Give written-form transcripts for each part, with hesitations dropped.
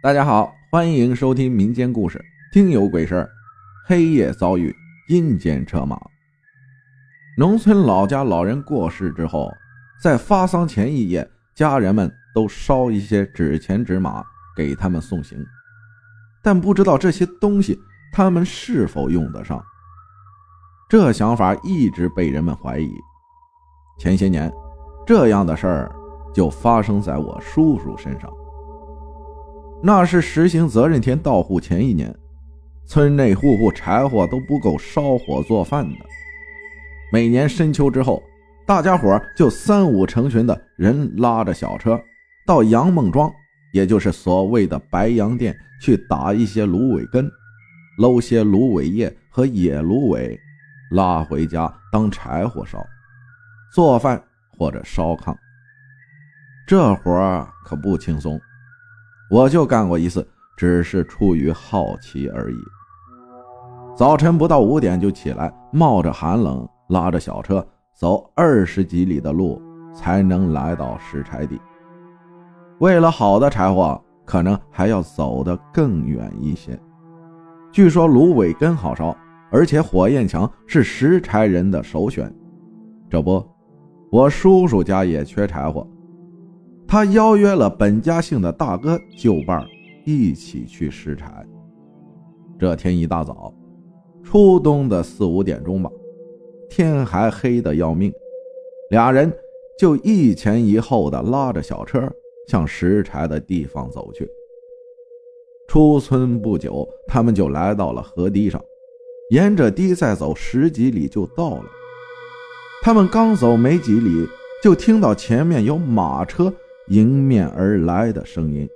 大家好，欢迎收听民间故事，听有鬼事儿，黑夜遭遇阴间车马。农村老家老人过世之后，在发丧前一夜，家人们都烧一些纸钱纸马给他们送行，但不知道这些东西他们是否用得上。这想法一直被人们怀疑。前些年这样的事儿就发生在我叔叔身上。那是实行责任田到户前一年，村内户户柴火都不够烧火做饭的。每年深秋之后，大家伙就三五成群的人拉着小车到杨孟庄，也就是所谓的白杨店，去打一些芦苇根，搂些芦苇叶和野芦苇，拉回家当柴火烧，做饭或者烧炕。这活可不轻松，我就干过一次，只是出于好奇而已。早晨不到5点就起来，冒着寒冷，拉着小车走20几里的路才能来到拾柴地。为了好的柴火，可能还要走得更远一些。据说芦苇根好烧，而且火焰强，是拾柴人的首选。这不，我叔叔家也缺柴火，他邀约了本家姓的大哥就伴一起去拾柴。这天一大早，初冬的4、5点钟吧，天还黑得要命，俩人就一前一后的拉着小车向拾柴的地方走去。出村不久，他们就来到了河堤上，沿着堤再走10几里就到了。他们刚走没几里，就听到前面有马车迎面而来的声音。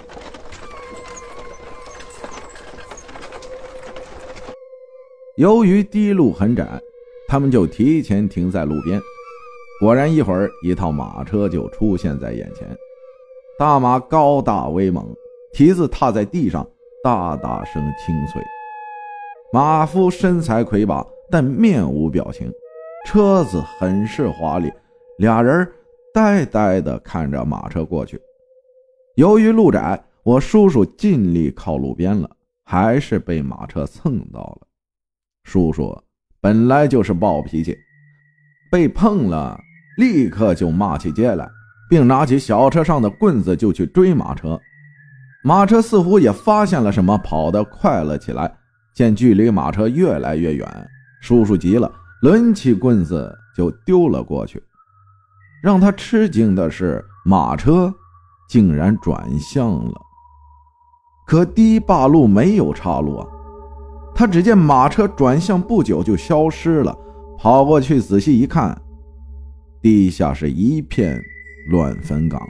由于堤路很窄，他们就提前停在路边。果然一会儿，一套马车就出现在眼前。大马高大威猛，蹄子踏在地上，大大声清脆。马夫身材魁拔，但面无表情。车子很是华丽，俩人呆呆地看着马车过去。由于路窄，我叔叔尽力靠路边了，还是被马车蹭到了。叔叔本来就是暴脾气，被碰了立刻就骂起街来，并拿起小车上的棍子就去追马车。马车似乎也发现了什么，跑得快了起来。见距离马车越来越远，叔叔急了，抡起棍子就丢了过去。让他吃惊的是，马车竟然转向了。可堤坝路没有岔路啊！他只见马车转向不久就消失了，跑过去仔细一看，地下是一片乱坟岗。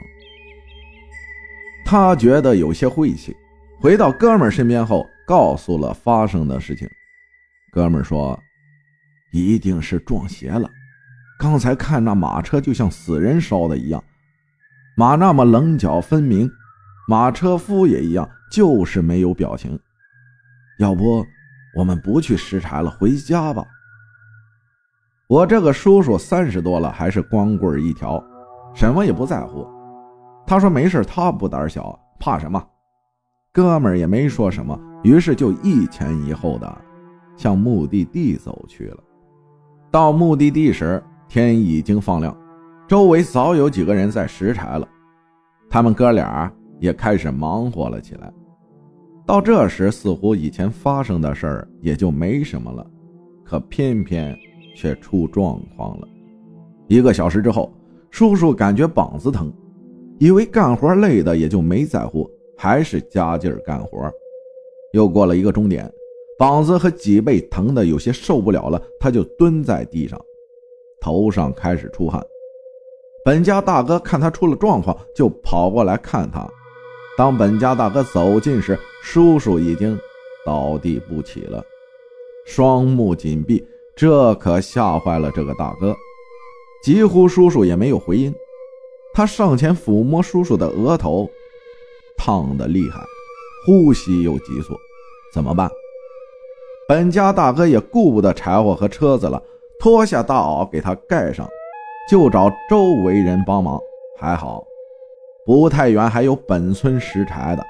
他觉得有些晦气，回到哥们儿身边后，告诉了发生的事情。哥们儿说，一定是撞邪了，刚才看那马车就像死人烧的一样，马那么棱角分明，马车夫也一样，就是没有表情。要不我们不去拾柴了，回家吧。我这个叔叔30多了，还是光棍一条，什么也不在乎。他说没事，他不胆小，怕什么？哥们儿也没说什么，于是就一前一后的向目的地走去了。到目的地时，天已经放亮，周围早有几个人在拾柴了，他们哥俩也开始忙活了起来。到这时，似乎以前发生的事儿也就没什么了，可偏偏却出状况了。1个小时之后，叔叔感觉膀子疼，以为干活累的也就没在乎，还是加劲儿干活。又过了1个钟点，膀子和脊背疼得有些受不了了，他就蹲在地上，头上开始出汗。本家大哥看他出了状况，就跑过来看他。当本家大哥走近时，叔叔已经倒地不起了，双目紧闭，这可吓坏了这个大哥。几乎叔叔也没有回音，他上前抚摸叔叔的额头，烫得厉害，呼吸又急促，怎么办？本家大哥也顾不得柴火和车子了，脱下大袄给他盖上，就找周围人帮忙。还好不太远还有本村拾柴的，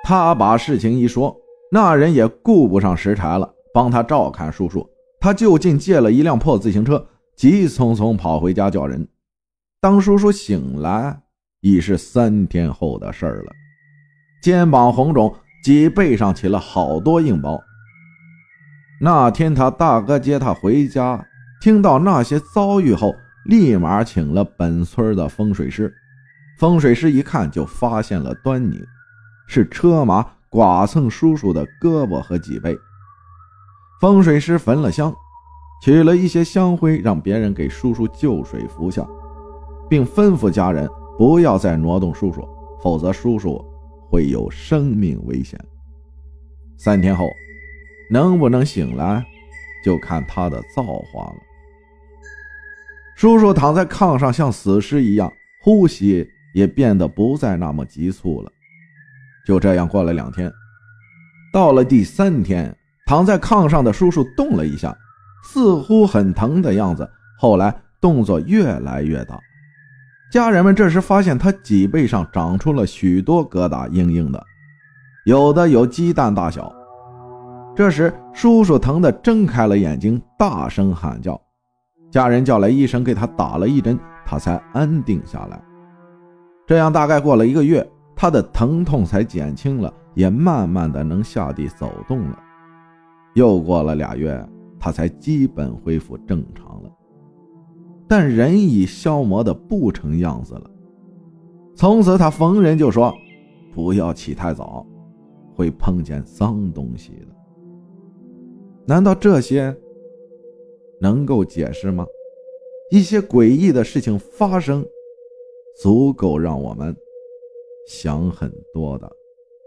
他把事情一说，那人也顾不上时差了，帮他照看叔叔。他就近借了一辆破自行车，急匆匆跑回家叫人。当叔叔醒来，已是3天后的事了。肩膀红肿，脊背上起了好多硬包。那天他大哥接他回家，听到那些遭遇后，立马请了本村的风水师。风水师一看就发现了端倪，是车马剐蹭叔叔的胳膊和脊背。风水师焚了香，取了一些香灰，让别人给叔叔就水服下，并吩咐家人不要再挪动叔叔，否则叔叔会有生命危险。3天后能不能醒来，就看他的造化了。叔叔躺在炕上像死尸一样，呼吸也变得不再那么急促了。就这样过了2天，到了第3天，躺在炕上的叔叔动了一下，似乎很疼的样子，后来动作越来越大。家人们这时发现他脊背上长出了许多疙瘩，硬硬的，有的有鸡蛋大小。这时叔叔疼得睁开了眼睛，大声喊叫。家人叫来医生，给他打了一针，他才安定下来。这样大概过了1个月，他的疼痛才减轻了，也慢慢的能下地走动了。又过了2月，他才基本恢复正常了。但人已消磨得不成样子了。从此他逢人就说，不要起太早，会碰见脏东西的。难道这些能够解释吗？一些诡异的事情发生，足够让我们想很多的。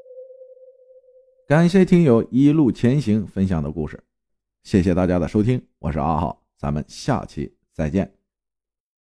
感谢听友一路前行分享的故事，谢谢大家的收听，我是阿浩，咱们下期再见。